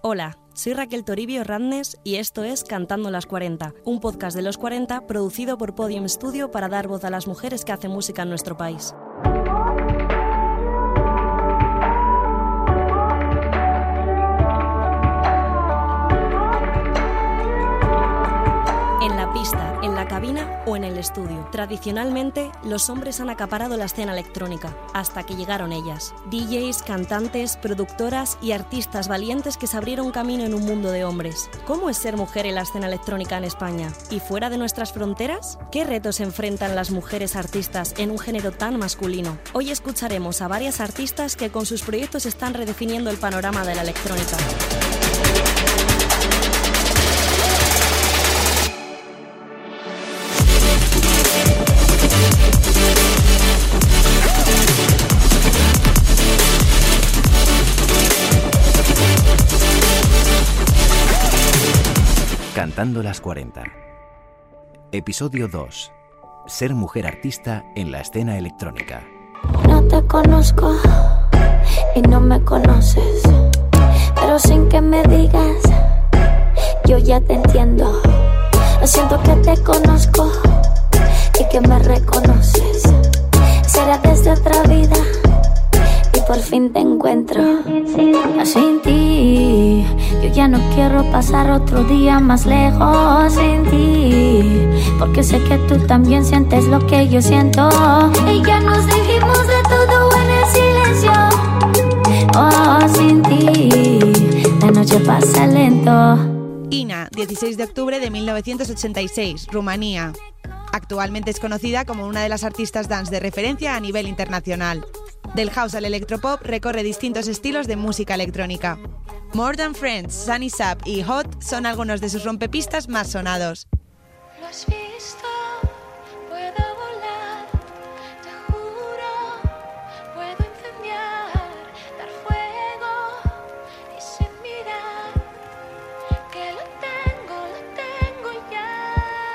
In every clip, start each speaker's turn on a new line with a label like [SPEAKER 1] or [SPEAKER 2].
[SPEAKER 1] Hola, soy Raquel Toribio Radnes y esto es Cantando las 40, un podcast de los 40 producido por Podium Studio para dar voz a las mujeres que hacen música en nuestro país. En la pista, en la cabina o en el estudio. Tradicionalmente, los hombres han acaparado la escena electrónica, hasta que llegaron ellas. DJs, cantantes, productoras y artistas valientes que se abrieron camino en un mundo de hombres. ¿Cómo es ser mujer en la escena electrónica en España? ¿Y fuera de nuestras fronteras? ¿Qué retos enfrentan las mujeres artistas en un género tan masculino? Hoy escucharemos a varias artistas que con sus proyectos están redefiniendo el panorama de la electrónica.
[SPEAKER 2] Cantando las 40. Episodio 2. Ser mujer artista en la escena electrónica.
[SPEAKER 3] No te conozco y no me conoces, pero sin que me digas, yo ya te entiendo. Lo siento que te conozco y que me reconoces. Será desde otra vida y por fin te encuentro. Sin ti, yo ya no quiero pasar otro día más lejos sin ti, porque sé que tú también sientes lo que yo siento. Y ya nos dijimos de todo en el silencio. Oh, sin ti, la noche pasa lento.
[SPEAKER 4] Ina, 16 de octubre de 1986, Rumanía. Actualmente es conocida como una de las artistas dance de referencia a nivel internacional. Del house al electropop recorre distintos estilos de música electrónica. More Than Friends, Sunny Sap y Hot son algunos de sus rompepistas más sonados.
[SPEAKER 3] ¿Lo has visto? Puedo volar, te juro. Puedo incendiar, dar fuego y sin mirar, que lo tengo ya.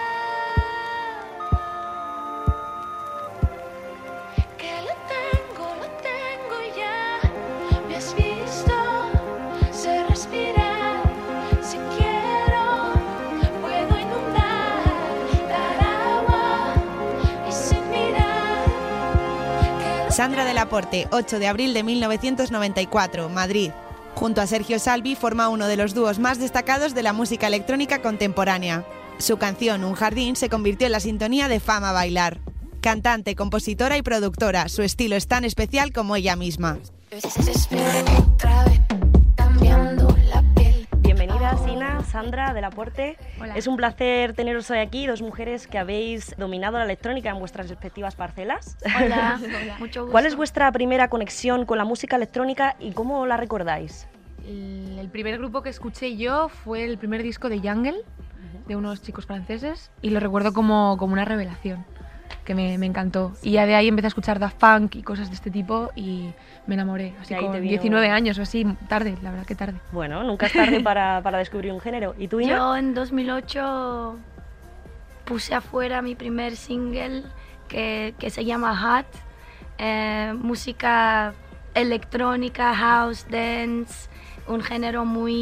[SPEAKER 3] Que lo tengo ya. ¿Me has visto? Sé respirar, si quiero, puedo inundar, dar agua y sin mirar.
[SPEAKER 4] Sandra Del Aporte, 8 de abril de 1994, Madrid. Junto a Sergio Salvi forma uno de los dúos más destacados de la música electrónica contemporánea. Su canción Un Jardín se convirtió en la sintonía de Fama Bailar. Cantante, compositora y productora, su estilo es tan especial como ella misma.
[SPEAKER 1] Bienvenidas, Ina, Sandra Del Aporte.
[SPEAKER 5] Hola.
[SPEAKER 1] Es un placer teneros hoy aquí, dos mujeres que habéis dominado la electrónica en vuestras respectivas parcelas.
[SPEAKER 5] Hola, mucho gusto.
[SPEAKER 1] ¿Cuál es vuestra primera conexión con la música electrónica y cómo la recordáis?
[SPEAKER 5] El primer grupo que escuché yo fue el primer disco de Jungle, de unos chicos franceses, y lo recuerdo como una revelación, que me encantó. Y ya de ahí empecé a escuchar Daft Punk y cosas de este tipo y me enamoré, así
[SPEAKER 1] Y ahí
[SPEAKER 5] con
[SPEAKER 1] te vino-
[SPEAKER 5] 19 años o así, tarde, la verdad que tarde.
[SPEAKER 1] Bueno, nunca es tarde para descubrir un género. ¿Y tú, Ina?
[SPEAKER 3] Yo en 2008 puse afuera mi primer single que se llama Hot, música electrónica, house, dance, un género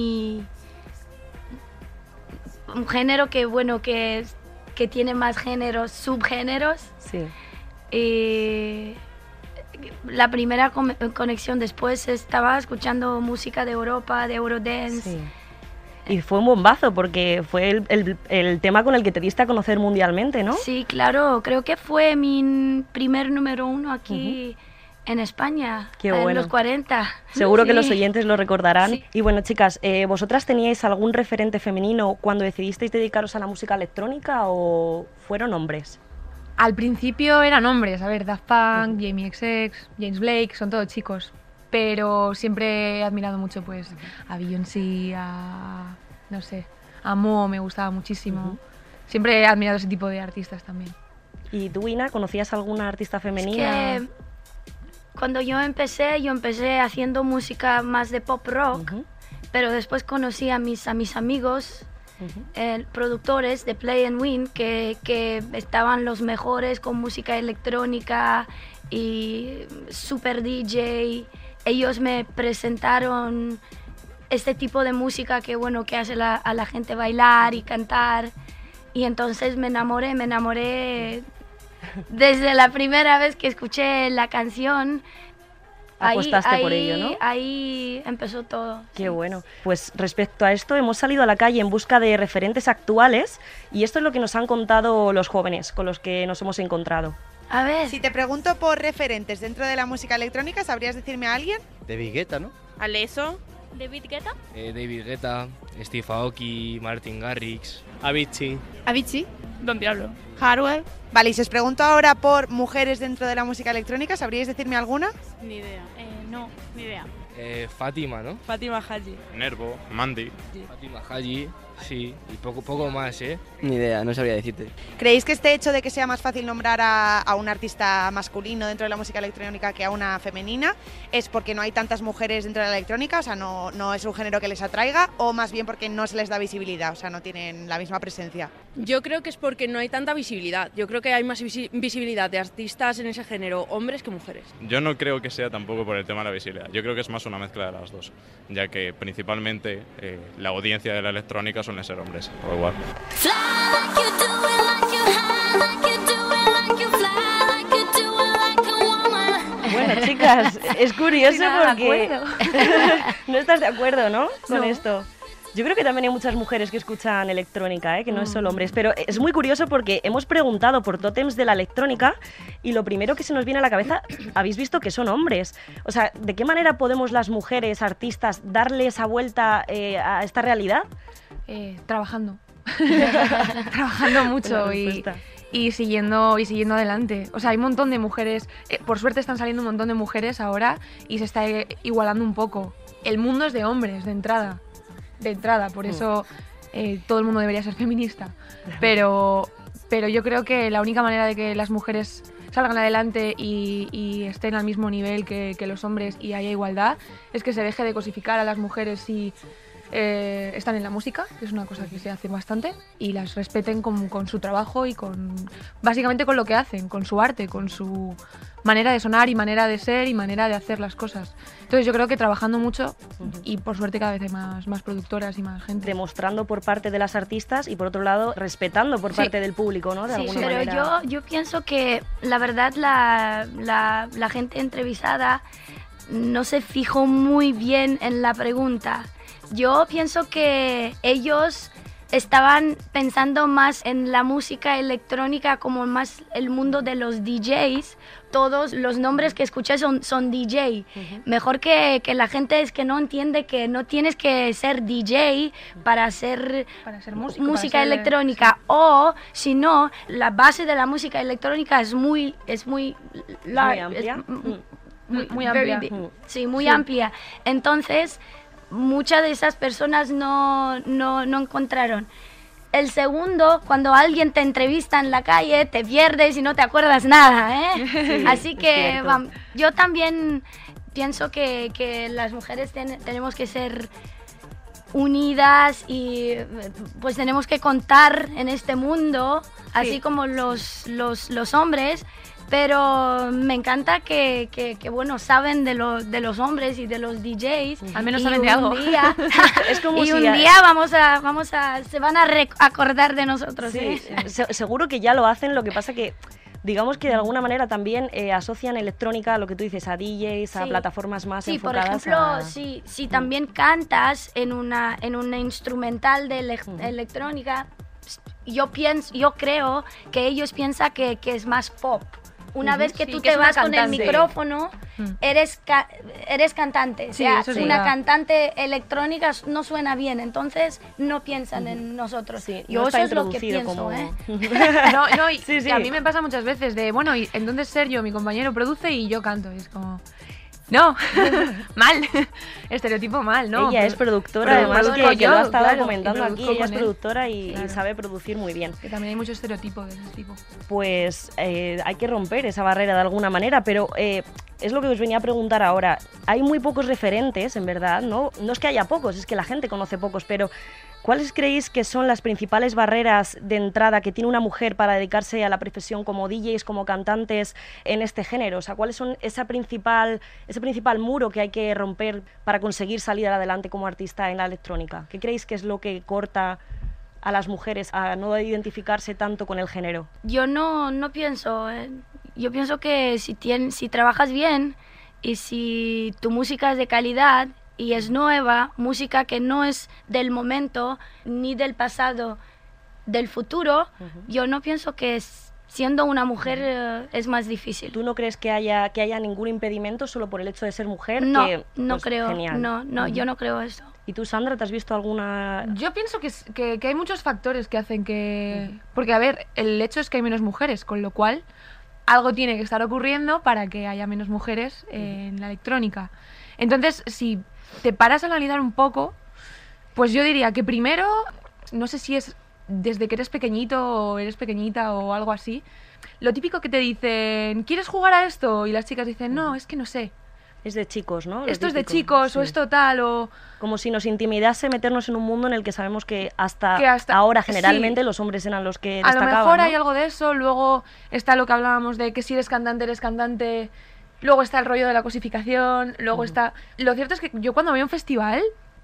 [SPEAKER 3] que tiene más géneros, subgéneros.
[SPEAKER 1] Sí.
[SPEAKER 3] Y la primera conexión, después estaba escuchando música de Europa, de Eurodance.
[SPEAKER 1] Sí. Y fue un bombazo porque fue el tema con el que te diste a conocer mundialmente, ¿no?
[SPEAKER 3] Sí, claro, creo que fue mi primer número 1 aquí en España,
[SPEAKER 1] Qué
[SPEAKER 3] en
[SPEAKER 1] bueno.
[SPEAKER 3] los 40.
[SPEAKER 1] Seguro que
[SPEAKER 3] Sí.
[SPEAKER 1] los oyentes lo recordarán.
[SPEAKER 3] Sí.
[SPEAKER 1] Y bueno, chicas, ¿vosotras teníais algún referente femenino cuando decidisteis dedicaros a la música electrónica o fueron hombres?
[SPEAKER 5] Al principio eran hombres, a ver, Daft Punk, Jamie XX, James Blake, son todos chicos. Pero siempre he admirado mucho pues a Beyoncé, no sé, a Mo me gustaba muchísimo. Siempre he admirado ese tipo de artistas también.
[SPEAKER 1] ¿Y tú, Ina, conocías alguna artista
[SPEAKER 3] Es
[SPEAKER 1] femenina?
[SPEAKER 3] que cuando yo empecé haciendo música más de pop rock,
[SPEAKER 1] Ujú,
[SPEAKER 3] pero después conocí a mis amigos
[SPEAKER 1] ujú.
[SPEAKER 3] productores de Play and Win que estaban los mejores con música electrónica y super DJ. Ellos me presentaron este tipo de música que, bueno, que hace a la gente bailar y cantar. Y entonces me enamoré desde la primera vez que escuché la canción.
[SPEAKER 6] Apostaste por ello, ¿no?
[SPEAKER 3] Ahí empezó todo.
[SPEAKER 6] Qué bueno. Pues respecto a esto, hemos salido a la calle en busca de referentes actuales y esto es lo que nos han contado los jóvenes con los que nos hemos encontrado.
[SPEAKER 3] A ver.
[SPEAKER 4] Si te pregunto por referentes dentro de la música electrónica, ¿sabrías decirme a alguien?
[SPEAKER 7] David Guetta, ¿no?
[SPEAKER 8] Alesso.
[SPEAKER 9] David Guetta.
[SPEAKER 10] David Guetta, Steve Aoki, Martin Garrix,
[SPEAKER 7] Avicii.
[SPEAKER 8] Avicii.
[SPEAKER 9] Don Diablo.
[SPEAKER 8] Hardwell.
[SPEAKER 4] Vale, y si os pregunto ahora por mujeres dentro de la música electrónica, ¿sabríais decirme alguna?
[SPEAKER 9] Ni idea. No, ni idea.
[SPEAKER 10] Fátima, ¿no?
[SPEAKER 8] Fátima Haji.
[SPEAKER 7] Nervo, Mandy.
[SPEAKER 10] Fátima Haji, sí, y poco más, ¿eh?
[SPEAKER 11] Ni idea, no sabría decirte.
[SPEAKER 4] ¿Creéis que este hecho de que sea más fácil nombrar a un artista masculino dentro de la música electrónica que a una femenina es porque no hay tantas mujeres dentro de la electrónica, o sea, no es un género que les atraiga, o más bien porque no se les da visibilidad, o sea, no tienen la misma presencia?
[SPEAKER 8] Yo creo que es porque no hay tanta visibilidad. Yo creo que hay más visibilidad de artistas en ese género, hombres que mujeres.
[SPEAKER 12] Yo no creo que sea tampoco por el tema de la visibilidad. Yo creo que es más una mezcla de las dos, ya que principalmente la audiencia de la electrónica suelen ser hombres, o igual.
[SPEAKER 6] Bueno, chicas, es curioso porque
[SPEAKER 5] acuerdo.
[SPEAKER 6] no estás de acuerdo, ¿no? Con
[SPEAKER 5] No.
[SPEAKER 6] esto. Yo creo que también hay muchas mujeres que escuchan electrónica, que no es solo hombres, pero es muy curioso porque hemos preguntado por tótems de la electrónica y lo primero que se nos viene a la cabeza, habéis visto que son hombres. O sea, ¿de qué manera podemos las mujeres, artistas, darle esa vuelta a esta realidad?
[SPEAKER 5] Trabajando. Trabajando mucho y siguiendo adelante. O sea, hay un montón de mujeres, por suerte están saliendo un montón de mujeres ahora y se está igualando un poco. El mundo es de hombres, de entrada, por eso todo el mundo debería ser feminista. Pero yo creo que la única manera de que las mujeres salgan adelante y estén al mismo nivel que los hombres y haya igualdad es que se deje de cosificar a las mujeres si están en la música, que es una cosa que se hace bastante, y las respeten con su trabajo y básicamente con lo que hacen, con su arte, con su manera de sonar y manera de ser y manera de hacer las cosas. Entonces yo creo que trabajando mucho y por suerte cada vez hay más productoras y más gente.
[SPEAKER 6] Demostrando por parte de las artistas y por otro lado respetando por parte del público, ¿no? De alguna manera.
[SPEAKER 3] Pero yo pienso que la verdad la gente entrevistada no se fijó muy bien en la pregunta. Yo pienso que ellos estaban pensando más en la música electrónica como más el mundo de los DJs. Todos los nombres que escuché son DJ. Mejor que la gente es que no entiende que no tienes que ser DJ para hacer música electrónica.
[SPEAKER 5] Sí.
[SPEAKER 3] O, si no, la base de la música electrónica es muy
[SPEAKER 6] amplia.
[SPEAKER 5] Muy amplia.
[SPEAKER 3] Sí, muy amplia. Entonces, muchas de esas personas no encontraron. El segundo, cuando alguien te entrevista en la calle, te pierdes y no te acuerdas nada, ¿eh?
[SPEAKER 6] Sí,
[SPEAKER 3] así que yo también pienso que las mujeres tenemos que ser unidas y pues tenemos que contar en este mundo, así como los hombres. Pero me encanta que bueno, saben de los hombres y de los DJs.
[SPEAKER 5] Al menos saben de algo.
[SPEAKER 6] Es como
[SPEAKER 3] y
[SPEAKER 6] si
[SPEAKER 3] un día se van a acordar de nosotros.
[SPEAKER 6] Sí, seguro que ya lo hacen, lo que pasa que digamos que de alguna manera también asocian electrónica a lo que tú dices, a DJs, a plataformas más enfocadas.
[SPEAKER 3] Sí, por ejemplo, si también cantas en una instrumental de electrónica, yo creo que ellos piensan que es más pop. Una vez que tú te vas con el micrófono, eres cantante.
[SPEAKER 5] Sí,
[SPEAKER 3] o sea,
[SPEAKER 5] eso es
[SPEAKER 3] una
[SPEAKER 5] verdad.
[SPEAKER 3] cantante electrónica no suena bien, entonces no piensan en nosotros.
[SPEAKER 6] Sí,
[SPEAKER 3] yo
[SPEAKER 6] no
[SPEAKER 3] eso
[SPEAKER 6] está
[SPEAKER 3] es lo que
[SPEAKER 6] introducido
[SPEAKER 3] pienso,
[SPEAKER 6] como...
[SPEAKER 5] No, y
[SPEAKER 6] Sí.
[SPEAKER 5] que a mí me pasa muchas veces de, bueno, y entonces Sergio, mi compañero, produce y yo canto. Y es como... No, mal, estereotipo mal, ¿no?
[SPEAKER 6] Ella es productora, además
[SPEAKER 5] produzco
[SPEAKER 6] que lo ha estado
[SPEAKER 5] claro,
[SPEAKER 6] comentando
[SPEAKER 5] y
[SPEAKER 6] aquí,
[SPEAKER 5] produzco
[SPEAKER 6] ella es
[SPEAKER 5] con él.
[SPEAKER 6] productora y
[SPEAKER 5] Claro.
[SPEAKER 6] sabe producir muy bien.
[SPEAKER 5] Que también hay mucho estereotipo de ese tipo.
[SPEAKER 6] Pues hay que romper esa barrera de alguna manera, pero es lo que os venía a preguntar ahora. Hay muy pocos referentes, en verdad, ¿no? No es que haya pocos, es que la gente conoce pocos, pero ¿cuáles creéis que son las principales barreras de entrada que tiene una mujer para dedicarse a la profesión como DJs, como cantantes en este género? O sea, ¿cuáles son ese principal muro que hay que romper para conseguir salir adelante como artista en la electrónica? ¿Qué creéis que es lo que corta a las mujeres a no identificarse tanto con el género?
[SPEAKER 11] Yo no pienso. Yo pienso que si trabajas bien y si tu música es de calidad y es nueva, música que no es del momento ni del pasado, del futuro, yo no pienso que siendo una mujer es más difícil.
[SPEAKER 6] ¿Tú no crees que haya ningún impedimento solo por el hecho de ser mujer?
[SPEAKER 11] No,
[SPEAKER 6] que,
[SPEAKER 11] no
[SPEAKER 6] pues,
[SPEAKER 11] creo.
[SPEAKER 6] Genial.
[SPEAKER 11] No, yo no creo eso.
[SPEAKER 6] ¿Y tú, Sandra, te has visto alguna...?
[SPEAKER 5] Yo pienso que hay muchos factores que hacen que... Porque, a ver, el hecho es que hay menos mujeres, con lo cual algo tiene que estar ocurriendo para que haya menos mujeres en la electrónica. Entonces, si te paras a analizar un poco, pues yo diría que primero, no sé si es desde que eres pequeñito o eres pequeñita o algo así, lo típico que te dicen, ¿quieres jugar a esto? Y las chicas dicen, no, es que no sé.
[SPEAKER 6] Es de chicos, ¿no?
[SPEAKER 5] Esto es de chicos, sí. O esto tal, o...
[SPEAKER 6] Como si nos intimidase meternos en un mundo en el que sabemos que hasta ahora generalmente sí, los hombres eran los que destacaban.
[SPEAKER 5] A lo mejor, ¿no?
[SPEAKER 6] Hay
[SPEAKER 5] algo de eso, luego está lo que hablábamos de que si eres cantante, luego está el rollo de la cosificación, luego está... Lo cierto es que yo cuando voy a un festival,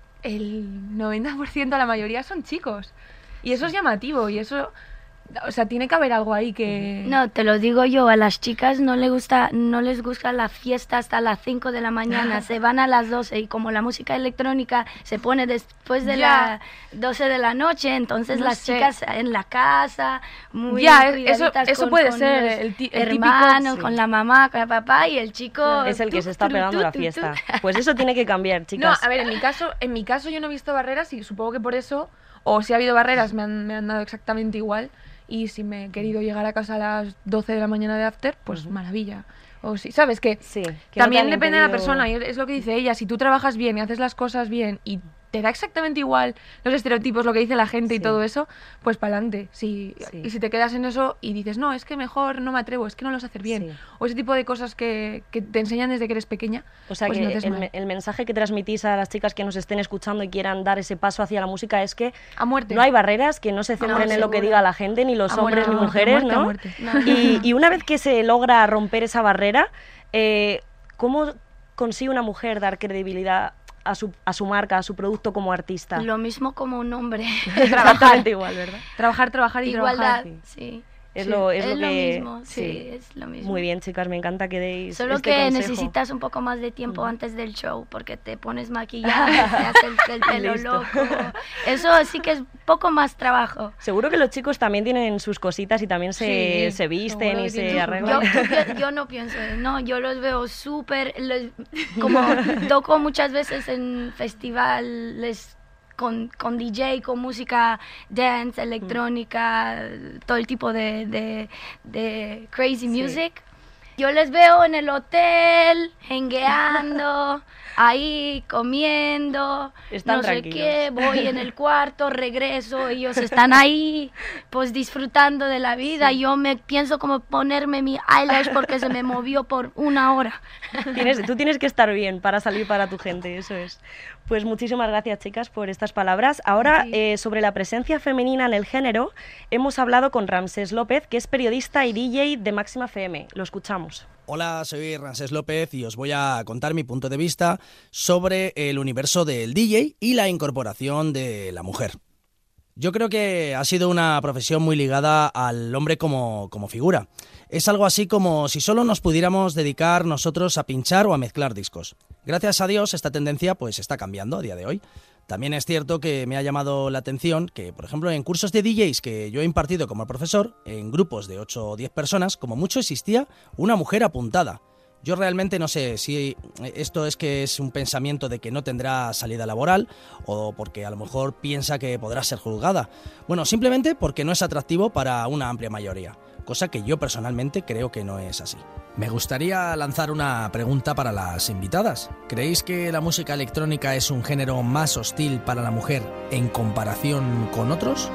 [SPEAKER 5] el 90%, la mayoría son chicos, y eso es llamativo, y eso... O sea, tiene que haber algo ahí que...
[SPEAKER 11] No, te lo digo yo, a las chicas no les gusta la fiesta hasta las 5 de la mañana, se van a las 12 y como la música electrónica se pone después de las 12 de la noche, entonces las chicas en la casa, muy cuidaditas
[SPEAKER 5] eso puede ser
[SPEAKER 11] el
[SPEAKER 5] típico,
[SPEAKER 11] hermanos, con la mamá, con el papá y el chico...
[SPEAKER 6] Es el que se está pegando la fiesta. Pues eso tiene que cambiar, chicas.
[SPEAKER 5] No, a ver, en mi caso yo no he visto barreras y supongo que por eso, o si ha habido barreras me han dado exactamente igual. Y si me he querido llegar a casa a las 12 de la mañana de after, pues maravilla. O si, ¿sabes? Que también
[SPEAKER 6] no
[SPEAKER 5] depende de la persona, y es lo que dice ella. Si tú trabajas bien y haces las cosas bien y te da exactamente igual los estereotipos, lo que dice la gente y todo eso, pues para adelante. Y si te quedas en eso y dices, no, es que mejor no me atrevo, es que no lo sé hacer bien. O ese tipo de cosas que te enseñan desde que eres pequeña.
[SPEAKER 6] O sea, pues que el mensaje que transmitís a las chicas que nos estén escuchando y quieran dar ese paso hacia la música es que
[SPEAKER 5] a muerte.
[SPEAKER 6] No hay barreras, que no se centren en lo que diga la gente, ni los hombres ni mujeres, ¿no? Y una vez que se logra romper esa barrera, ¿cómo consigue una mujer dar credibilidad a su marca, a su producto como artista?
[SPEAKER 11] Lo mismo como un hombre.
[SPEAKER 6] Trabajar igual, ¿verdad?
[SPEAKER 5] Trabajar y
[SPEAKER 11] igualdad,
[SPEAKER 5] trabajar.
[SPEAKER 11] Sí.
[SPEAKER 6] Es lo
[SPEAKER 11] mismo, es lo mismo.
[SPEAKER 6] Muy bien, chicas, me encanta que deis
[SPEAKER 11] Solo
[SPEAKER 6] este
[SPEAKER 11] que
[SPEAKER 6] consejo.
[SPEAKER 11] Necesitas un poco más de tiempo antes del show, porque te pones maquillaje, te haces el pelo loco. Eso sí que es poco más trabajo.
[SPEAKER 6] Seguro que los chicos también tienen sus cositas y también se visten y se arreglan.
[SPEAKER 11] Yo no pienso, no, yo los veo súper, como toco muchas veces en festivales con DJ, con música dance, electrónica, todo el tipo de crazy music. Yo les veo en el hotel, hengueando, ahí comiendo,
[SPEAKER 6] están
[SPEAKER 11] no
[SPEAKER 6] tranquilos.
[SPEAKER 11] Sé qué, voy en el cuarto, regreso, ellos están ahí, pues disfrutando de la vida. Yo me pienso como ponerme mi eyelash porque se me movió por 1 hora.
[SPEAKER 6] Tú tienes que estar bien para salir para tu gente, eso es. Pues muchísimas gracias, chicas, por estas palabras. Ahora, sobre la presencia femenina en el género, hemos hablado con Ramsés López, que es periodista y DJ de Máxima FM. Lo escuchamos.
[SPEAKER 13] Hola, soy Ramsés López y os voy a contar mi punto de vista sobre el universo del DJ y la incorporación de la mujer. Yo creo que ha sido una profesión muy ligada al hombre como figura. Es algo así como si solo nos pudiéramos dedicar nosotros a pinchar o a mezclar discos. Gracias a Dios esta tendencia pues está cambiando a día de hoy. También es cierto que me ha llamado la atención que, por ejemplo, en cursos de DJs que yo he impartido como profesor, en grupos de 8 o 10 personas, como mucho existía una mujer apuntada. Yo realmente no sé si esto es que es un pensamiento de que no tendrá salida laboral o porque a lo mejor piensa que podrá ser juzgada. Bueno, simplemente porque no es atractivo para una amplia mayoría, cosa que yo personalmente creo que no es así. Me gustaría lanzar una pregunta para las invitadas. ¿Creéis que la música electrónica es un género más hostil para la mujer en comparación con otros?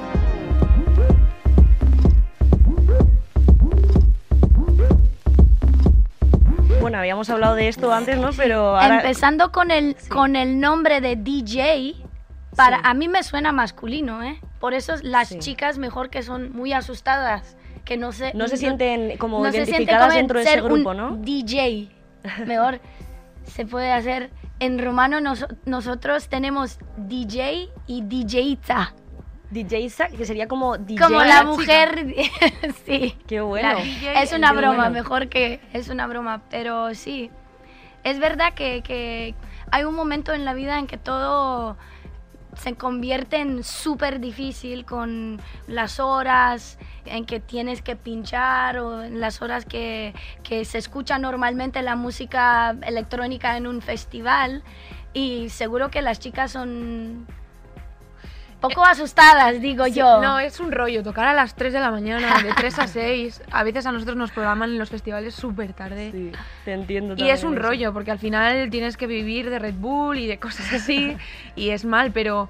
[SPEAKER 6] Bueno, habíamos hemos hablado de esto antes, ¿no? Pero ahora...
[SPEAKER 11] Empezando con el nombre de DJ, a mí me suena masculino, ¿eh? Por eso las chicas mejor que son muy asustadas, que no se
[SPEAKER 6] sienten como identificadas dentro de ese grupo, ¿no?
[SPEAKER 11] DJ, mejor se puede hacer. En rumano nosotros tenemos DJ y DJica.
[SPEAKER 6] DJica, que sería como DJ.
[SPEAKER 11] Como la mujer, sí.
[SPEAKER 6] Qué bueno.
[SPEAKER 11] Es una broma, mejor que es una broma, pero sí. Es verdad que hay un momento en la vida en que todo se convierte en súper difícil, con las horas en que tienes que pinchar o en las horas que se escucha normalmente la música electrónica en un festival, y seguro que las chicas son poco asustadas, digo yo.
[SPEAKER 5] No, es un rollo, tocar a las 3 de la mañana, de 3 a 6, a veces a nosotros nos programan en los festivales súper tarde.
[SPEAKER 6] Sí, te entiendo.
[SPEAKER 5] Y es un rollo, porque al final tienes que vivir de Red Bull y de cosas así, y es mal, pero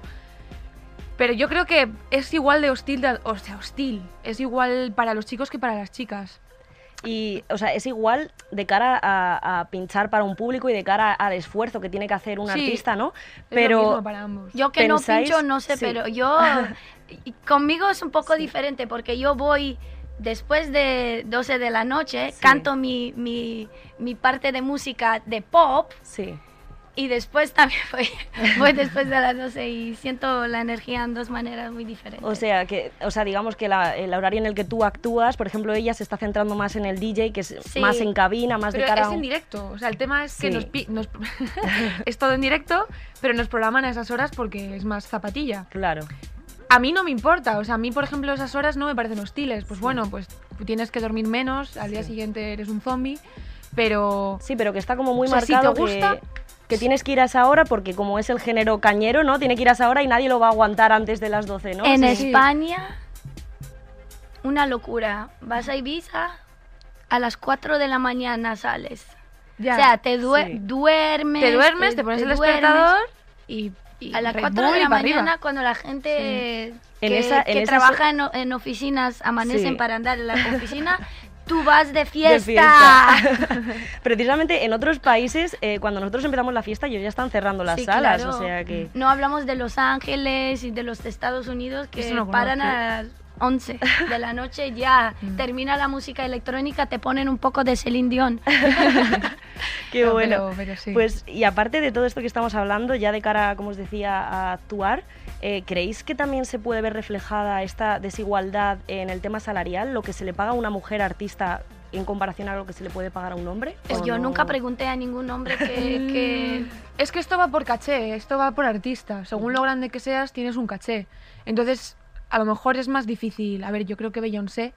[SPEAKER 5] yo creo que es igual de hostil, es igual para los chicos que para las chicas.
[SPEAKER 6] Y, o sea, es igual de cara a pinchar para un público y de cara al esfuerzo que tiene que hacer un artista, ¿no?
[SPEAKER 5] Pero es lo mismo para ambos.
[SPEAKER 11] Yo que no pincho, no sé, pero yo... Conmigo es un poco diferente, porque yo voy después de 12 de la noche, canto mi parte de música de pop.
[SPEAKER 6] Sí.
[SPEAKER 11] Y después también voy después de las 12 y siento la energía en dos maneras muy diferentes.
[SPEAKER 6] O sea, digamos que el horario en el que tú actúas, por ejemplo, ella se está centrando más en el DJ, que es más en cabina, más
[SPEAKER 5] pero
[SPEAKER 6] de cara
[SPEAKER 5] es en directo. O sea, el tema es que es todo en directo, pero nos programan a esas horas porque es más zapatilla.
[SPEAKER 6] Claro.
[SPEAKER 5] A mí no me importa. O sea, a mí, por ejemplo, esas horas no me parecen hostiles. Pues bueno, pues tienes que dormir menos, al día siguiente eres un zombie, pero...
[SPEAKER 6] Sí, pero que está como muy
[SPEAKER 5] o sea,
[SPEAKER 6] marcado
[SPEAKER 5] si te gusta...
[SPEAKER 6] que tienes que ir a esa hora, porque como es el género cañero, ¿no? Tiene que ir a esa hora y nadie lo va a aguantar antes de las 12, ¿no?
[SPEAKER 11] En España, una locura. Vas a Ibiza, a las 4 de la mañana sales. Ya. O sea, te duermes.
[SPEAKER 5] Te duermes, te pones el despertador y
[SPEAKER 11] a las 4 de la mañana, cuando la gente que trabaja en oficinas amanecen para andar en la oficina... Tú vas de fiesta.
[SPEAKER 6] Precisamente en otros países, cuando nosotros empezamos la fiesta, ellos ya están cerrando las salas,
[SPEAKER 11] claro.
[SPEAKER 6] O sea que...
[SPEAKER 11] No hablamos de Los Ángeles y de los Estados Unidos, que paran a las 11 de la noche, ya termina la música electrónica, te ponen un poco de Celine Dion.
[SPEAKER 6] Qué bueno.
[SPEAKER 5] Pero sí.
[SPEAKER 6] Pues, y aparte de todo esto que estamos hablando, ya de cara, como os decía, a actuar, ¿creéis que también se puede ver reflejada esta desigualdad en el tema salarial, lo que se le paga a una mujer artista en comparación a lo que se le puede pagar a un hombre?
[SPEAKER 11] Yo nunca pregunté a ningún hombre que...
[SPEAKER 5] Es que esto va por caché, esto va por artista. Según lo grande que seas, tienes un caché. Entonces, a lo mejor es más difícil. A ver, yo creo que Beyoncé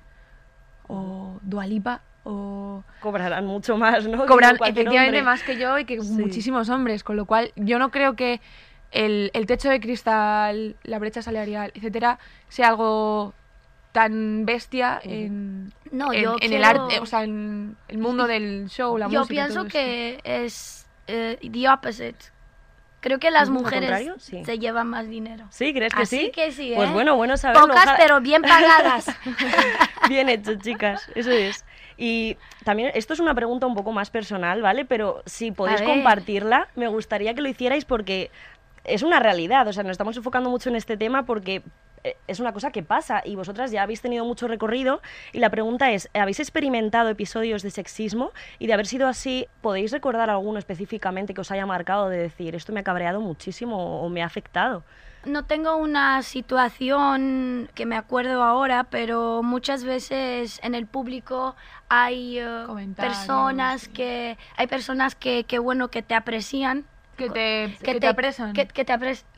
[SPEAKER 5] o Dua Lipa o...
[SPEAKER 6] Cobrarán mucho más, ¿no?
[SPEAKER 5] Cobran efectivamente más que yo y que muchísimos hombres, con lo cual yo no creo que el techo de cristal, la brecha salarial, etcétera, sea algo tan bestia en el arte, o sea, en el mundo del show, la música.
[SPEAKER 11] Yo pienso que es the opposite. Creo que las mujeres se llevan más dinero.
[SPEAKER 6] ¿Sí? ¿Crees que sí?
[SPEAKER 11] Así que sí,
[SPEAKER 6] Pues bueno saberlo.
[SPEAKER 11] Pocas, pero bien pagadas.
[SPEAKER 6] Bien hecho, chicas, eso es. Y también, esto es una pregunta un poco más personal, ¿vale? Pero si podéis compartirla, me gustaría que lo hicierais porque es una realidad. O sea, nos estamos enfocando mucho en este tema porque es una cosa que pasa y vosotras ya habéis tenido mucho recorrido y la pregunta es, ¿habéis experimentado episodios de sexismo? Y de haber sido así, ¿podéis recordar alguno específicamente que os haya marcado de decir, esto me ha cabreado muchísimo o me ha afectado?
[SPEAKER 11] No tengo una situación que me acuerdo ahora, pero muchas veces en el público hay personas que bueno, que te aprecian,
[SPEAKER 5] que te apresan,
[SPEAKER 11] que te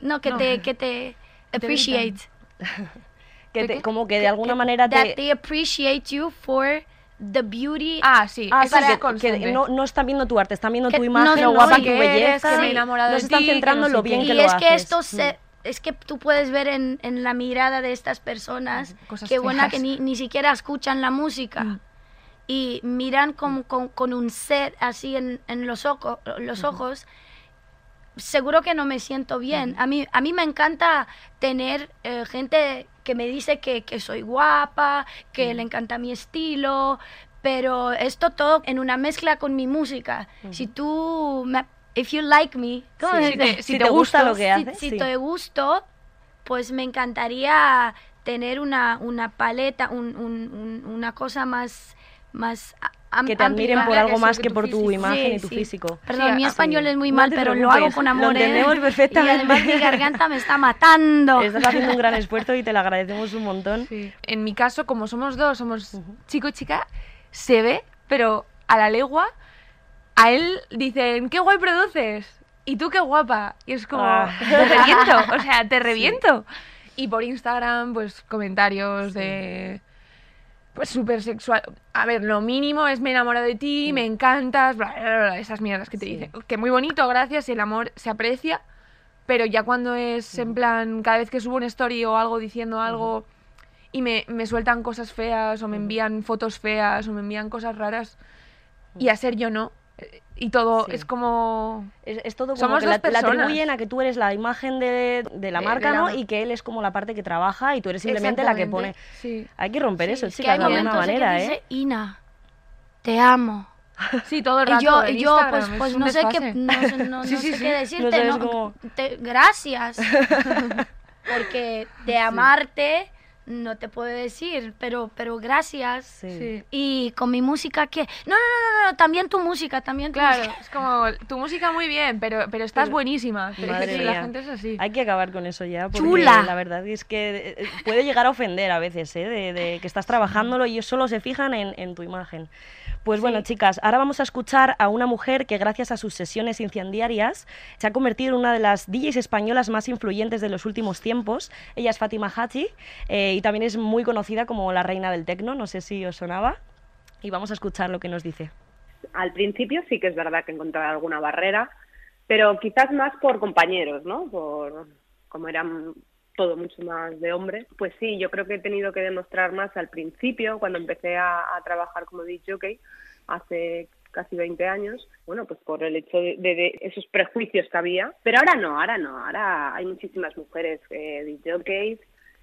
[SPEAKER 11] appreciate.
[SPEAKER 6] Como que de alguna manera
[SPEAKER 11] that they appreciate you for the beauty.
[SPEAKER 6] Que no están viendo tu arte, están viendo tu imagen, lo guapa, tu belleza,
[SPEAKER 5] que me he enamorado de ti,
[SPEAKER 6] no se están centrando en lo bien que lo haces.
[SPEAKER 11] Y es que esto es que tú puedes ver en la mirada de estas personas que buena que ni siquiera escuchan la música y miran con un sed así en los ojos. Seguro que no me siento bien. A mí me encanta tener gente que me dice que soy guapa, que le encanta mi estilo, pero esto todo en una mezcla con mi música. Si tú, if you like me, ¿cómo se dice?
[SPEAKER 6] Si te gusta lo que haces.
[SPEAKER 11] Si te gusto, pues me encantaría tener una paleta, una cosa más
[SPEAKER 6] que te admiren por algo más que por tu imagen y tu físico.
[SPEAKER 11] Perdón, mi español es muy mal, pero lo hago con amor.
[SPEAKER 6] Lo entendemos perfectamente.
[SPEAKER 11] Y además mi garganta me está matando.
[SPEAKER 6] Estás haciendo un gran esfuerzo y te lo agradecemos un montón.
[SPEAKER 5] Sí. En mi caso, como somos dos, somos chico y chica, se ve, pero a la legua, a él dicen, qué guay produces, y tú qué guapa. Y es como, te reviento, o sea, te reviento. Y por Instagram, pues comentarios de... Pues súper sexual. A ver, lo mínimo es me he enamorado de ti, me encantas, bla, bla, bla, esas mierdas que te dicen. Que muy bonito, gracias, y el amor se aprecia, pero ya cuando es en plan, cada vez que subo una story o algo diciendo algo y me sueltan cosas feas o me envían fotos feas o me envían cosas raras y a ser yo no. Y todo es como...
[SPEAKER 6] Es todo como
[SPEAKER 5] somos
[SPEAKER 6] que
[SPEAKER 5] dos
[SPEAKER 6] la
[SPEAKER 5] personas.
[SPEAKER 6] atribuyen a que tú eres la imagen de la marca, ¿no? Y que él es como la parte que trabaja y tú eres simplemente la que pone...
[SPEAKER 5] Sí.
[SPEAKER 6] Hay que romper eso,
[SPEAKER 11] es que
[SPEAKER 6] chicas,
[SPEAKER 11] hay
[SPEAKER 6] de alguna
[SPEAKER 11] momentos en
[SPEAKER 6] manera,
[SPEAKER 11] que dice, Ina, te amo.
[SPEAKER 5] Sí, todo el rato.
[SPEAKER 11] Y yo pues no sé qué, no sé qué decirte,
[SPEAKER 6] no
[SPEAKER 11] gracias. Porque de amarte no te puedo decir, pero gracias.
[SPEAKER 5] Sí.
[SPEAKER 11] Y con mi música, ¿qué? No, también tu música,
[SPEAKER 5] Claro, es como, tu música muy bien, pero estás buenísima.
[SPEAKER 6] Madre mía.
[SPEAKER 5] La gente es así.
[SPEAKER 6] Hay que acabar con eso ya, porque
[SPEAKER 11] Chula.
[SPEAKER 6] la verdad es que puede llegar a ofender a veces, de que estás trabajándolo y ellos solo se fijan en tu imagen. Pues bueno, chicas, ahora vamos a escuchar a una mujer que gracias a sus sesiones incendiarias se ha convertido en una de las DJs españolas más influyentes de los últimos tiempos. Ella es Fátima Hachi y también es muy conocida como la reina del tecno, no sé si os sonaba. Y vamos a escuchar lo que nos dice.
[SPEAKER 14] Al principio sí que es verdad que encontraba alguna barrera, pero quizás más por compañeros, ¿no? Como eran todo mucho más de hombres, pues sí, yo creo que he tenido que demostrar más al principio, cuando empecé a trabajar como disc jockey, hace casi 20 años, bueno, pues por el hecho de esos prejuicios que había, pero ahora hay muchísimas mujeres disc jockeys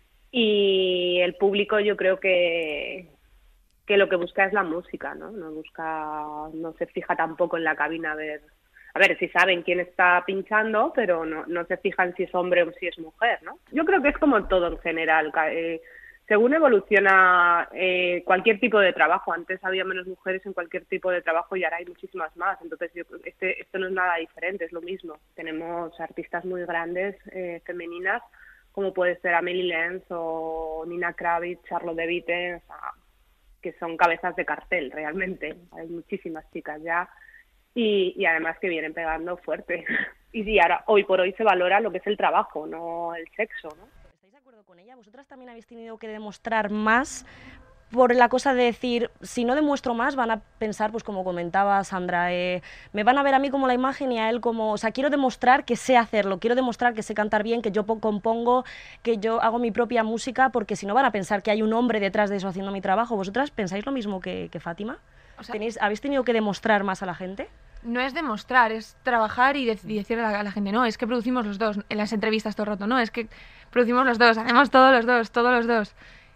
[SPEAKER 14] y el público yo creo que lo que busca es la música, ¿no? No se fija tampoco en la cabina a ver si saben quién está pinchando, pero no se fijan si es hombre o si es mujer, ¿no? Yo creo que es como todo en general. Según evoluciona cualquier tipo de trabajo, antes había menos mujeres en cualquier tipo de trabajo y ahora hay muchísimas más. Entonces esto no es nada diferente, es lo mismo. Tenemos artistas muy grandes, femeninas, como puede ser Amelie Lenz o Nina Kravitz, Charlotte de Witte, o sea, que son cabezas de cartel realmente. Hay muchísimas chicas ya. Y además que vienen pegando fuerte. Y sí, ahora, hoy por hoy se valora lo que es el trabajo, no el sexo, ¿no?
[SPEAKER 6] ¿Estáis de acuerdo con ella? ¿Vosotras también habéis tenido que demostrar más por la cosa de decir, si no demuestro más, van a pensar, pues como comentaba Sandra, me van a ver a mí como la imagen y a él como... O sea, quiero demostrar que sé hacerlo, quiero demostrar que sé cantar bien, que yo compongo, que yo hago mi propia música, porque si no van a pensar que hay un hombre detrás de eso haciendo mi trabajo. ¿Vosotras pensáis lo mismo que Fátima? O sea, ¿habéis tenido que demostrar más a la gente?
[SPEAKER 5] No es demostrar, es trabajar y decirle a la gente, no, es que producimos los dos, en las entrevistas todo el rato, no, es que producimos los dos, hacemos todos los dos.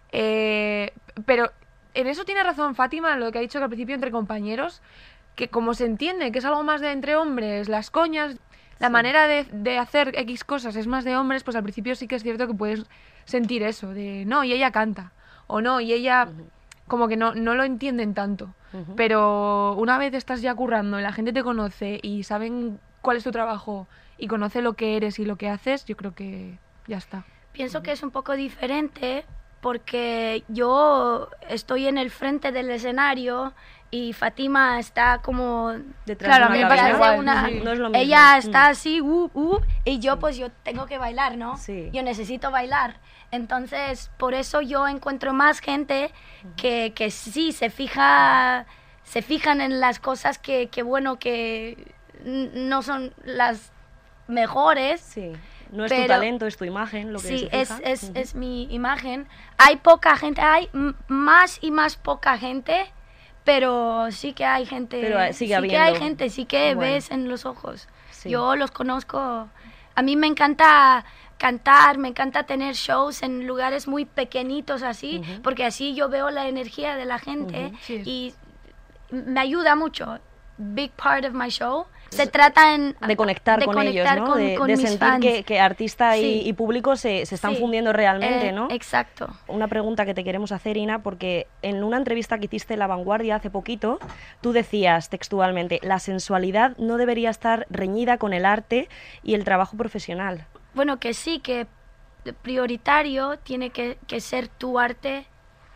[SPEAKER 5] Pero en eso tiene razón Fátima, lo que ha dicho que al principio entre compañeros, que como se entiende que es algo más de entre hombres, las coñas, la manera de hacer X cosas es más de hombres, pues al principio sí que es cierto que puedes sentir eso, de no, y ella canta, o no, y ella como que no lo entienden tanto. Pero una vez estás ya currando y la gente te conoce y saben cuál es tu trabajo y conoce lo que eres y lo que haces, yo creo que ya está.
[SPEAKER 11] Pienso que es un poco diferente porque yo estoy en el frente del escenario y Fátima está como
[SPEAKER 6] detrás de una cabina.
[SPEAKER 11] Sí.
[SPEAKER 6] No es lo mismo.
[SPEAKER 11] Ella está así, y yo pues yo tengo que bailar, ¿no?
[SPEAKER 6] Sí.
[SPEAKER 11] Yo necesito bailar. Entonces, por eso yo encuentro más gente que sí se fijan en las cosas que bueno, que no son las mejores.
[SPEAKER 6] Sí. No es tu talento, es tu imagen lo que se fija.
[SPEAKER 11] Es mi imagen. Hay poca gente, hay más y más poca gente, pero sí que hay gente.
[SPEAKER 6] Pero sigue habiendo.
[SPEAKER 11] Sí que hay gente, sí que ves en los ojos. Sí. Yo los conozco. A mí me encanta cantar, me encanta tener shows en lugares muy pequeñitos así, porque así yo veo la energía de la gente y me ayuda mucho. Big part of my show. Se trata
[SPEAKER 6] de conectar con ellos, ¿no?
[SPEAKER 11] Con
[SPEAKER 6] de
[SPEAKER 11] mis
[SPEAKER 6] sentir
[SPEAKER 11] fans.
[SPEAKER 6] que artista
[SPEAKER 11] Sí.
[SPEAKER 6] y público se están
[SPEAKER 11] Sí.
[SPEAKER 6] fundiendo realmente, ¿no?
[SPEAKER 11] Exacto.
[SPEAKER 6] Una pregunta que te queremos hacer, Ina, porque en una entrevista que hiciste en La Vanguardia hace poquito, tú decías textualmente, la sensualidad no debería estar reñida con el arte y el trabajo profesional.
[SPEAKER 11] Bueno, que sí, que prioritario tiene que ser tu arte,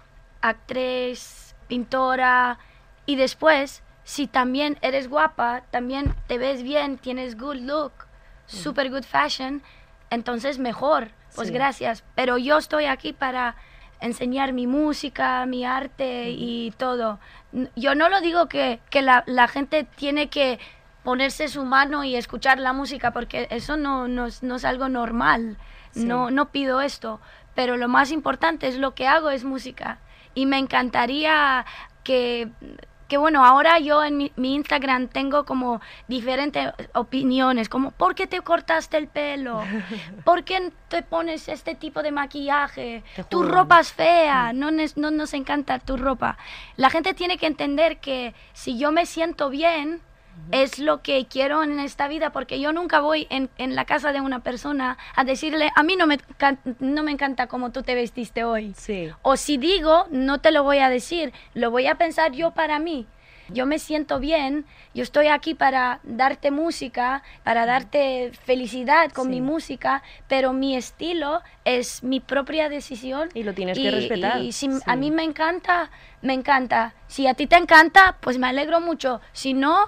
[SPEAKER 11] actriz, pintora, y después, si también eres guapa, también te ves bien, tienes good look, super good fashion, entonces mejor, pues
[SPEAKER 6] Sí.
[SPEAKER 11] gracias. Pero yo estoy aquí para enseñar mi música, mi arte y todo. Yo no lo digo que la gente tiene que ponerse su mano y escuchar la música, porque eso no es algo normal.
[SPEAKER 6] Sí.
[SPEAKER 11] No pido esto, pero lo más importante es lo que hago es música. Y me encantaría que bueno, ahora yo en mi Instagram tengo como diferentes opiniones, como ¿por qué te cortaste el pelo? ¿Por qué te pones este tipo de maquillaje? Tu ropa es fea, no nos encanta tu ropa. La gente tiene que entender que si yo me siento bien, es lo que quiero en esta vida, porque yo nunca voy en la casa de una persona a decirle, a mí no me encanta cómo tú te vestiste hoy.
[SPEAKER 6] Sí.
[SPEAKER 11] O si digo, no te lo voy a decir, lo voy a pensar yo para mí. Yo me siento bien, yo estoy aquí para darte música, para darte felicidad con mi música, pero mi estilo es mi propia decisión.
[SPEAKER 6] Y lo tienes que respetar.
[SPEAKER 11] Y si a mí me encanta, me encanta. Si a ti te encanta, pues me alegro mucho. Si no,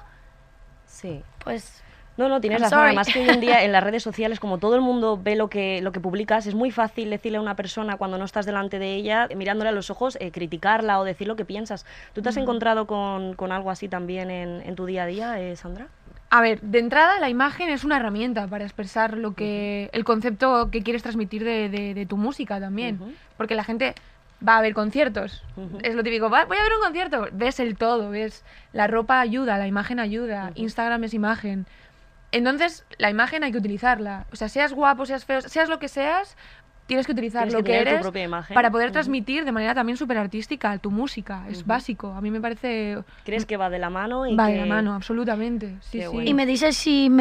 [SPEAKER 6] sí.
[SPEAKER 11] Pues
[SPEAKER 6] No, tienes
[SPEAKER 11] I'm
[SPEAKER 6] razón.
[SPEAKER 11] sorry.
[SPEAKER 6] Además que hoy en día en las redes sociales, como todo el mundo ve lo que publicas, es muy fácil decirle a una persona cuando no estás delante de ella, mirándole a los ojos, criticarla o decir lo que piensas. ¿Tú te has encontrado con algo así también en tu día a día, Sandra?
[SPEAKER 5] A ver, de entrada la imagen es una herramienta para expresar lo que el concepto que quieres transmitir de tu música también. Porque la gente va a ver conciertos. Es lo típico, voy a ver un concierto. Ves el todo, ves la ropa ayuda, la imagen ayuda, Instagram es imagen. Entonces, la imagen hay que utilizarla. O sea, seas guapo, seas feo, seas lo que seas, tienes que utilizar
[SPEAKER 6] Tienes
[SPEAKER 5] lo
[SPEAKER 6] que
[SPEAKER 5] que
[SPEAKER 6] tener tu
[SPEAKER 5] eres
[SPEAKER 6] propia imagen.
[SPEAKER 5] para poder transmitir de manera también súper artística tu música. Es básico. A mí me parece...
[SPEAKER 6] ¿Crees que va de la mano?
[SPEAKER 5] Va de la mano, absolutamente. Sí,
[SPEAKER 6] Qué
[SPEAKER 5] sí.
[SPEAKER 6] bueno.
[SPEAKER 11] y me dices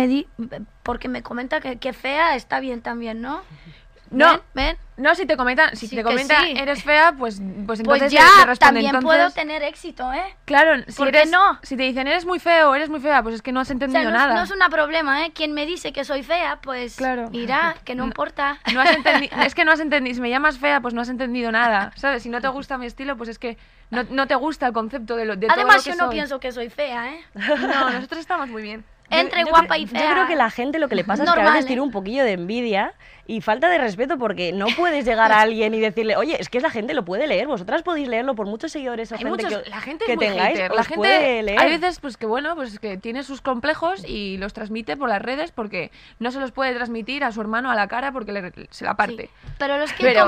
[SPEAKER 11] porque me comenta que fea está bien también, ¿no?
[SPEAKER 5] No,
[SPEAKER 11] ¿Ven?
[SPEAKER 5] no, si te comentan, si
[SPEAKER 11] Sí
[SPEAKER 5] te
[SPEAKER 11] que
[SPEAKER 5] comenta
[SPEAKER 11] sí.
[SPEAKER 5] eres fea, pues entonces
[SPEAKER 11] Pues
[SPEAKER 5] te
[SPEAKER 11] ya,
[SPEAKER 5] responde.
[SPEAKER 11] también
[SPEAKER 5] Entonces,
[SPEAKER 11] puedo tener éxito, ¿eh?
[SPEAKER 5] claro, si
[SPEAKER 11] ¿Por qué
[SPEAKER 5] eres,
[SPEAKER 11] no?
[SPEAKER 5] si te dicen eres muy feo, eres muy fea, pues es que no has
[SPEAKER 11] O sea,
[SPEAKER 5] entendido
[SPEAKER 11] no,
[SPEAKER 5] nada.
[SPEAKER 11] no es un problema, ¿eh? Quien me dice que soy fea, pues
[SPEAKER 5] Claro.
[SPEAKER 11] mira, que no importa.
[SPEAKER 5] No has es que no has entendido, si me llamas fea, pues no has entendido nada, ¿sabes? Si no te gusta mi estilo, pues es que no te gusta el concepto de todo
[SPEAKER 11] Además,
[SPEAKER 5] lo que
[SPEAKER 11] yo no
[SPEAKER 5] soy.
[SPEAKER 11] pienso que soy fea, ¿eh?
[SPEAKER 5] No, nosotros estamos muy bien.
[SPEAKER 11] Entre guapa y
[SPEAKER 6] Yo
[SPEAKER 11] fea.
[SPEAKER 6] creo que la gente lo que le pasa es que a
[SPEAKER 11] Normal,
[SPEAKER 6] veces
[SPEAKER 11] ¿eh?
[SPEAKER 6] tiene un poquillo de envidia y falta de respeto porque no puedes llegar a alguien y decirle, oye, es que la gente lo puede leer, vosotras podéis leerlo por muchos seguidores o
[SPEAKER 5] Hay
[SPEAKER 6] gente
[SPEAKER 5] muchos,
[SPEAKER 6] que,
[SPEAKER 5] la gente
[SPEAKER 6] que
[SPEAKER 5] es muy
[SPEAKER 6] tengáis,
[SPEAKER 5] hater.
[SPEAKER 6] os
[SPEAKER 5] La
[SPEAKER 6] puede
[SPEAKER 5] gente,
[SPEAKER 6] leer.
[SPEAKER 5] hay veces pues que bueno, pues que tiene sus complejos y los transmite por las redes porque no se los puede transmitir a su hermano a la cara porque se la parte.
[SPEAKER 11] Sí. Pero los que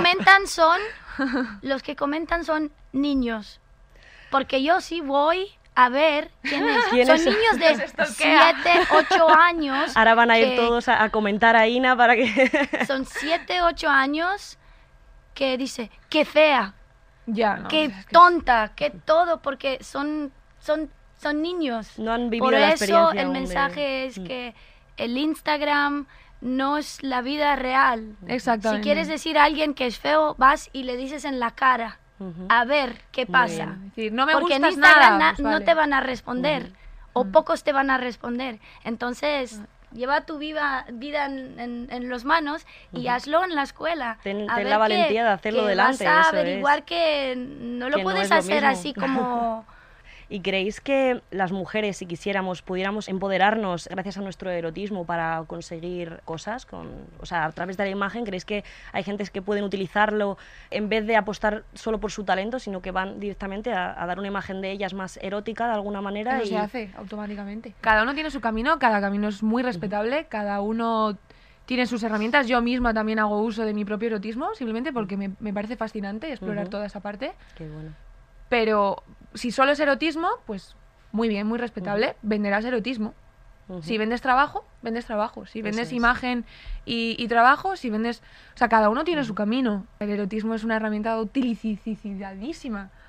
[SPEAKER 11] comentan son niños. Porque yo sí voy a ver quiénes son
[SPEAKER 6] son?
[SPEAKER 11] niños de 7, 8 años.
[SPEAKER 6] Ahora van a ir
[SPEAKER 11] que
[SPEAKER 6] todos a comentar a Ina para que...
[SPEAKER 11] Son 7, 8 años que dice, qué fea,
[SPEAKER 5] Ya, no,
[SPEAKER 11] qué
[SPEAKER 5] es que
[SPEAKER 11] tonta, qué todo, porque son niños.
[SPEAKER 6] No han vivido
[SPEAKER 11] Por
[SPEAKER 6] la
[SPEAKER 11] eso
[SPEAKER 6] experiencia
[SPEAKER 11] el
[SPEAKER 6] aún de-
[SPEAKER 11] mensaje es que el Instagram no es la vida real.
[SPEAKER 5] Exactamente.
[SPEAKER 11] Si quieres decir a alguien que es feo, vas y le dices en la cara. A ver qué pasa.
[SPEAKER 5] bien. Es decir, no me
[SPEAKER 11] Porque en
[SPEAKER 5] gustas
[SPEAKER 11] Instagram
[SPEAKER 5] nada, pues
[SPEAKER 11] no
[SPEAKER 5] vale.
[SPEAKER 11] te van a responder. O pocos te van a responder. Entonces, lleva tu vida en los manos y hazlo en la escuela.
[SPEAKER 6] Ten
[SPEAKER 11] A ver
[SPEAKER 6] la valentía de hacerlo
[SPEAKER 11] que
[SPEAKER 6] delante,
[SPEAKER 11] vas a
[SPEAKER 6] eso es.
[SPEAKER 11] averiguar que no lo
[SPEAKER 6] Que no
[SPEAKER 11] puedes
[SPEAKER 6] es lo
[SPEAKER 11] hacer
[SPEAKER 6] mismo.
[SPEAKER 11] así como...
[SPEAKER 6] ¿Y creéis que las mujeres, si quisiéramos, pudiéramos empoderarnos gracias a nuestro erotismo para conseguir cosas? O sea, a través de la imagen, ¿creéis que hay gentes que pueden utilizarlo en vez de apostar solo por su talento, sino que van directamente a dar una imagen de ellas más erótica de alguna manera?
[SPEAKER 5] Eso se hace automáticamente. Cada uno tiene su camino, cada camino es muy respetable, cada uno tiene sus herramientas. Yo misma también hago uso de mi propio erotismo, simplemente porque me parece fascinante explorar toda esa parte.
[SPEAKER 6] Qué bueno.
[SPEAKER 5] Pero si solo es erotismo, pues muy bien, muy respetable, venderás erotismo. Si vendes trabajo, vendes trabajo. Si vendes
[SPEAKER 6] es.
[SPEAKER 5] imagen y trabajo, si vendes... O sea, cada uno tiene su camino. El erotismo es una herramienta utilicidadísima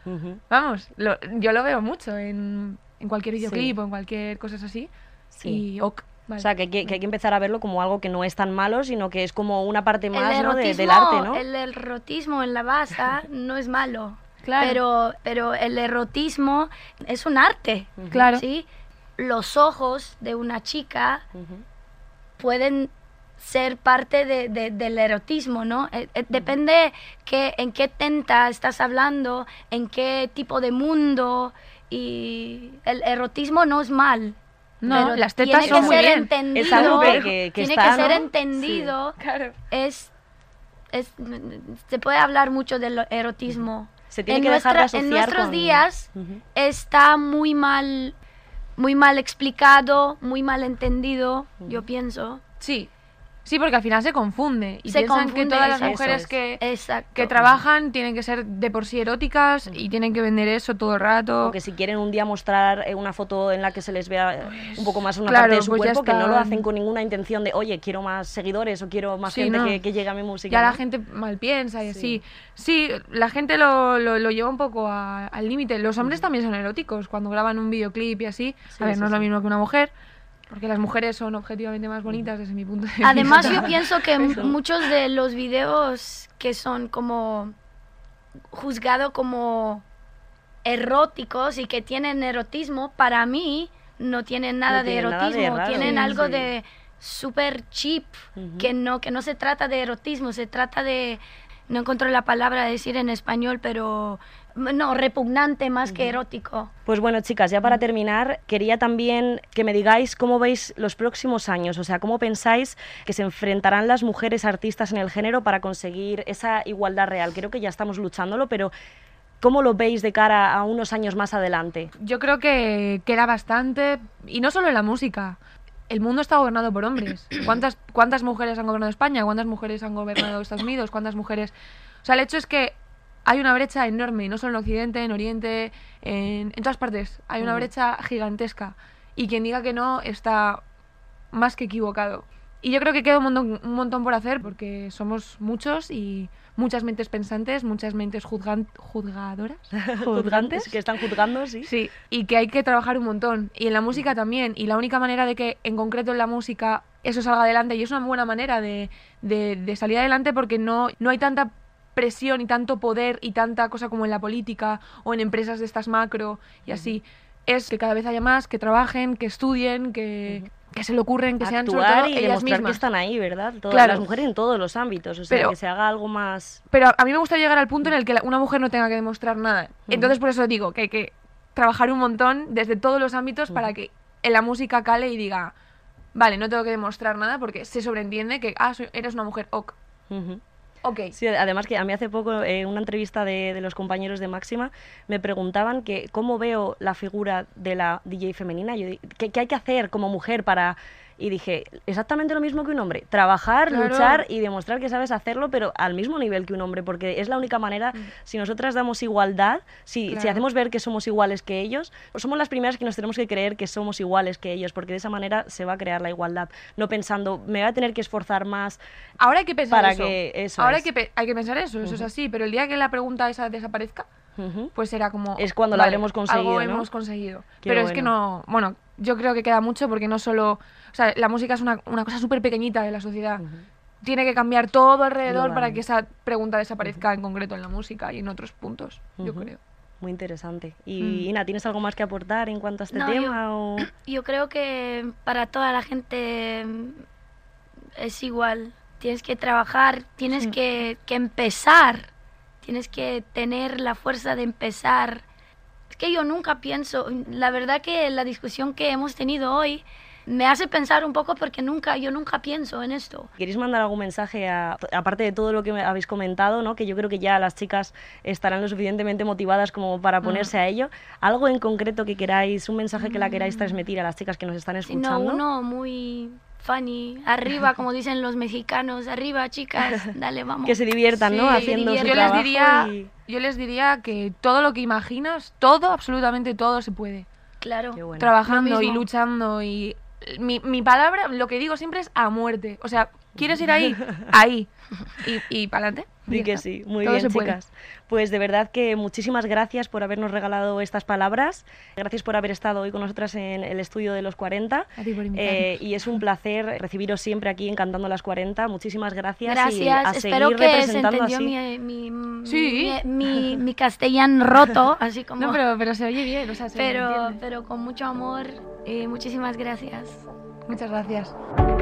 [SPEAKER 5] Vamos, yo lo veo mucho en cualquier videoclip o en cualquier cosas así.
[SPEAKER 6] Sí.
[SPEAKER 5] Y
[SPEAKER 6] Vale. O sea, que hay que empezar a verlo como algo que no es tan malo, sino que es como una parte más, ¿no? del arte, ¿no?
[SPEAKER 11] El erotismo en la base no es malo.
[SPEAKER 5] Claro.
[SPEAKER 11] Pero el erotismo es un arte.
[SPEAKER 5] Claro.
[SPEAKER 11] ¿Sí? Los ojos de una chica pueden ser parte del erotismo, ¿no? Depende en qué tenta estás hablando, en qué tipo de mundo, y el erotismo no es mal.
[SPEAKER 5] No,
[SPEAKER 11] pero
[SPEAKER 5] las tetas son muy bien.
[SPEAKER 11] Entendido,
[SPEAKER 6] es algo que
[SPEAKER 11] tiene
[SPEAKER 6] está,
[SPEAKER 11] que ser
[SPEAKER 6] ¿no?
[SPEAKER 11] entendido.
[SPEAKER 5] Sí. Claro.
[SPEAKER 11] Se puede hablar mucho del erotismo.
[SPEAKER 6] Se tiene que dejar de asociar
[SPEAKER 11] en nuestros
[SPEAKER 6] con...
[SPEAKER 11] días está muy mal explicado, muy mal entendido, yo pienso.
[SPEAKER 5] Sí, porque al final se confunde y piensan que todas las mujeres que trabajan tienen que ser de por sí eróticas y tienen que vender eso todo el rato.
[SPEAKER 6] O que si quieren un día mostrar una foto en la que se les vea un poco más una parte de su cuerpo, que no lo hacen con ninguna intención de, oye, quiero más seguidores o quiero más gente que llegue a mi música.
[SPEAKER 5] Ya la gente mal piensa y así. Sí, la gente lo lleva un poco al límite. Los hombres también son eróticos cuando graban un videoclip y así. A ver, no es lo mismo que una mujer. Porque las mujeres son objetivamente más bonitas desde mi punto de vista.
[SPEAKER 11] Además, yo pienso que muchos de los videos que son como juzgados como eróticos y que tienen erotismo, para mí no tienen nada de erotismo. Tienen algo de súper cheap, que no se trata de erotismo, se trata de... No encuentro la palabra a decir en español, pero... No, repugnante más que erótico.
[SPEAKER 6] Pues bueno, chicas, ya para terminar, quería también que me digáis cómo veis los próximos años, o sea, cómo pensáis que se enfrentarán las mujeres artistas en el género para conseguir esa igualdad real. Creo que ya estamos luchándolo, pero ¿cómo lo veis de cara a unos años más adelante?
[SPEAKER 5] Yo creo que queda bastante, y no solo en la música. El mundo está gobernado por hombres. ¿Cuántas mujeres han gobernado España? ¿Cuántas mujeres han gobernado Estados Unidos? ¿Cuántas mujeres...? O sea, el hecho es que hay una brecha enorme, no solo en Occidente, en Oriente, en todas partes. Hay una brecha gigantesca. Y quien diga que no está más que equivocado. Y yo creo que queda un montón por hacer porque somos muchos y muchas mentes pensantes, muchas mentes juzgadoras.
[SPEAKER 6] Juzgantes, que están juzgando, sí.
[SPEAKER 5] Sí, y que hay que trabajar un montón. Y en la música también. Y la única manera de que, en concreto en la música, eso salga adelante, y es una buena manera de salir adelante porque no hay tanta presión y tanto poder y tanta cosa como en la política o en empresas de estas macro y así, es que cada vez haya más, que trabajen, que estudien, que se le ocurren, que sean sobre todo
[SPEAKER 6] y
[SPEAKER 5] ellas
[SPEAKER 6] demostrar
[SPEAKER 5] mismas.
[SPEAKER 6] que están ahí, ¿verdad?
[SPEAKER 5] Claro.
[SPEAKER 6] Las mujeres en todos los ámbitos, o sea, que se haga algo más...
[SPEAKER 5] Pero a mí me gusta llegar al punto en el que una mujer no tenga que demostrar nada. Entonces por eso digo que hay que trabajar un montón desde todos los ámbitos para que en la música cale y diga, vale, no tengo que demostrar nada porque se sobreentiende que eres una mujer, ok. Okay.
[SPEAKER 6] Sí, además que a mí hace poco en una entrevista de los compañeros de Máxima me preguntaban que cómo veo la figura de la DJ femenina, ¿qué hay que hacer como mujer para...? Y dije, exactamente lo mismo que un hombre, trabajar, luchar y demostrar que sabes hacerlo, pero al mismo nivel que un hombre, porque es la única manera, si nosotras damos igualdad, si hacemos ver que somos iguales que ellos, pues somos las primeras que nos tenemos que creer que somos iguales que ellos, porque de esa manera se va a crear la igualdad, no pensando, me voy a tener que esforzar más.
[SPEAKER 5] Ahora hay que pensar
[SPEAKER 6] para
[SPEAKER 5] eso.
[SPEAKER 6] Que eso
[SPEAKER 5] Ahora
[SPEAKER 6] es.
[SPEAKER 5] hay que pensar eso, eso es así, pero el día que la pregunta esa desaparezca, pues será como...
[SPEAKER 6] Es cuando lo habremos conseguido,
[SPEAKER 5] algo
[SPEAKER 6] ¿no?
[SPEAKER 5] hemos conseguido.
[SPEAKER 6] Qué
[SPEAKER 5] pero
[SPEAKER 6] bueno.
[SPEAKER 5] es que no... Bueno, yo creo que queda mucho porque no solo... O sea, la música es una cosa súper pequeñita de la sociedad. Tiene que cambiar todo alrededor para que esa pregunta desaparezca en concreto en la música y en otros puntos, yo creo.
[SPEAKER 6] Muy interesante. Y Ina, ¿tienes algo más que aportar en cuanto a este
[SPEAKER 11] No,
[SPEAKER 6] tema?
[SPEAKER 11] Yo creo que para toda la gente es igual. Tienes que trabajar, tienes que empezar. Tienes que tener la fuerza de empezar. Es que yo nunca pienso, la verdad que la discusión que hemos tenido hoy me hace pensar un poco porque yo nunca pienso en esto.
[SPEAKER 6] ¿Queréis mandar algún mensaje, aparte de todo lo que habéis comentado, ¿no? Que yo creo que ya las chicas estarán lo suficientemente motivadas como para ponerse a ello? ¿Algo en concreto que queráis, un mensaje que la queráis transmitir a las chicas que nos están escuchando?
[SPEAKER 11] No, uno muy funny, arriba, como dicen los mexicanos, arriba, chicas, dale, vamos.
[SPEAKER 6] Que se diviertan, ¿no? Haciendo su trabajo.
[SPEAKER 5] Yo les diría que todo lo que imaginas, todo, absolutamente todo se puede.
[SPEAKER 11] Claro.
[SPEAKER 5] Trabajando y luchando y... Mi palabra, lo que digo siempre es a muerte. O sea, ¿Quieres ir ahí? Ahí. Y para adelante.
[SPEAKER 6] Sí que sí, muy
[SPEAKER 5] Todo
[SPEAKER 6] bien,
[SPEAKER 5] se puede.
[SPEAKER 6] chicas. Pues de verdad que muchísimas gracias por habernos regalado estas palabras. Gracias por haber estado hoy con nosotras en el estudio de los 40.
[SPEAKER 5] A ti por invitarnos.
[SPEAKER 6] Y es un placer recibiros siempre aquí en Cantando las 40. Muchísimas gracias.
[SPEAKER 11] Gracias,
[SPEAKER 6] Y a
[SPEAKER 11] espero
[SPEAKER 6] seguir
[SPEAKER 11] que se
[SPEAKER 6] representando
[SPEAKER 11] entendió
[SPEAKER 6] así.
[SPEAKER 5] Sí.
[SPEAKER 11] mi castellano roto, así como...
[SPEAKER 5] No, pero se oye bien, o sea, se entiende.
[SPEAKER 11] pero con mucho amor, muchísimas gracias.
[SPEAKER 5] Muchas gracias.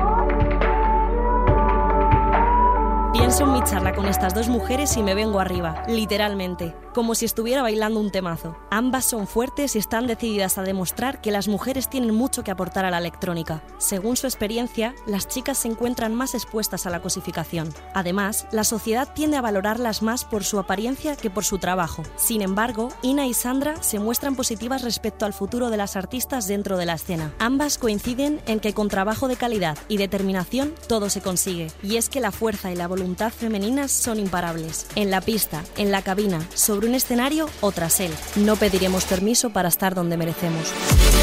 [SPEAKER 1] Pienso en mi charla con estas dos mujeres y me vengo arriba, literalmente, como si estuviera bailando un temazo. Ambas son fuertes y están decididas a demostrar que las mujeres tienen mucho que aportar a la electrónica. Según su experiencia, las chicas se encuentran más expuestas a la cosificación. Además, la sociedad tiende a valorarlas más por su apariencia que por su trabajo. Sin embargo, Ina y Sandra se muestran positivas respecto al futuro de las artistas dentro de la escena. Ambas coinciden en que con trabajo de calidad y determinación todo se consigue, y es que la fuerza y la voluntad femeninas son imparables. En la pista, en la cabina, sobre un escenario o tras él. No pediremos permiso para estar donde merecemos.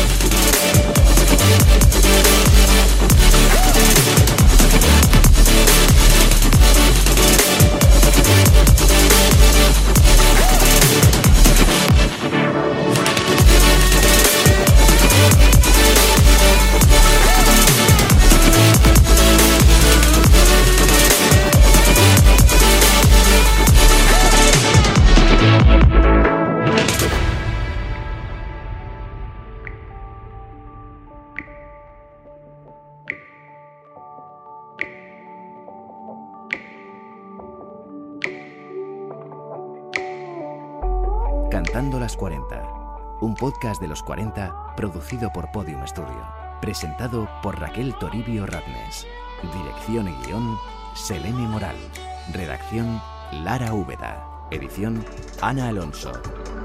[SPEAKER 2] Cantando las 40, un podcast de los 40 producido por Podium Studio, presentado por Raquel Toribio Radnes, dirección y guión Selene Moral, redacción Lara Úbeda, edición Ana Alonso.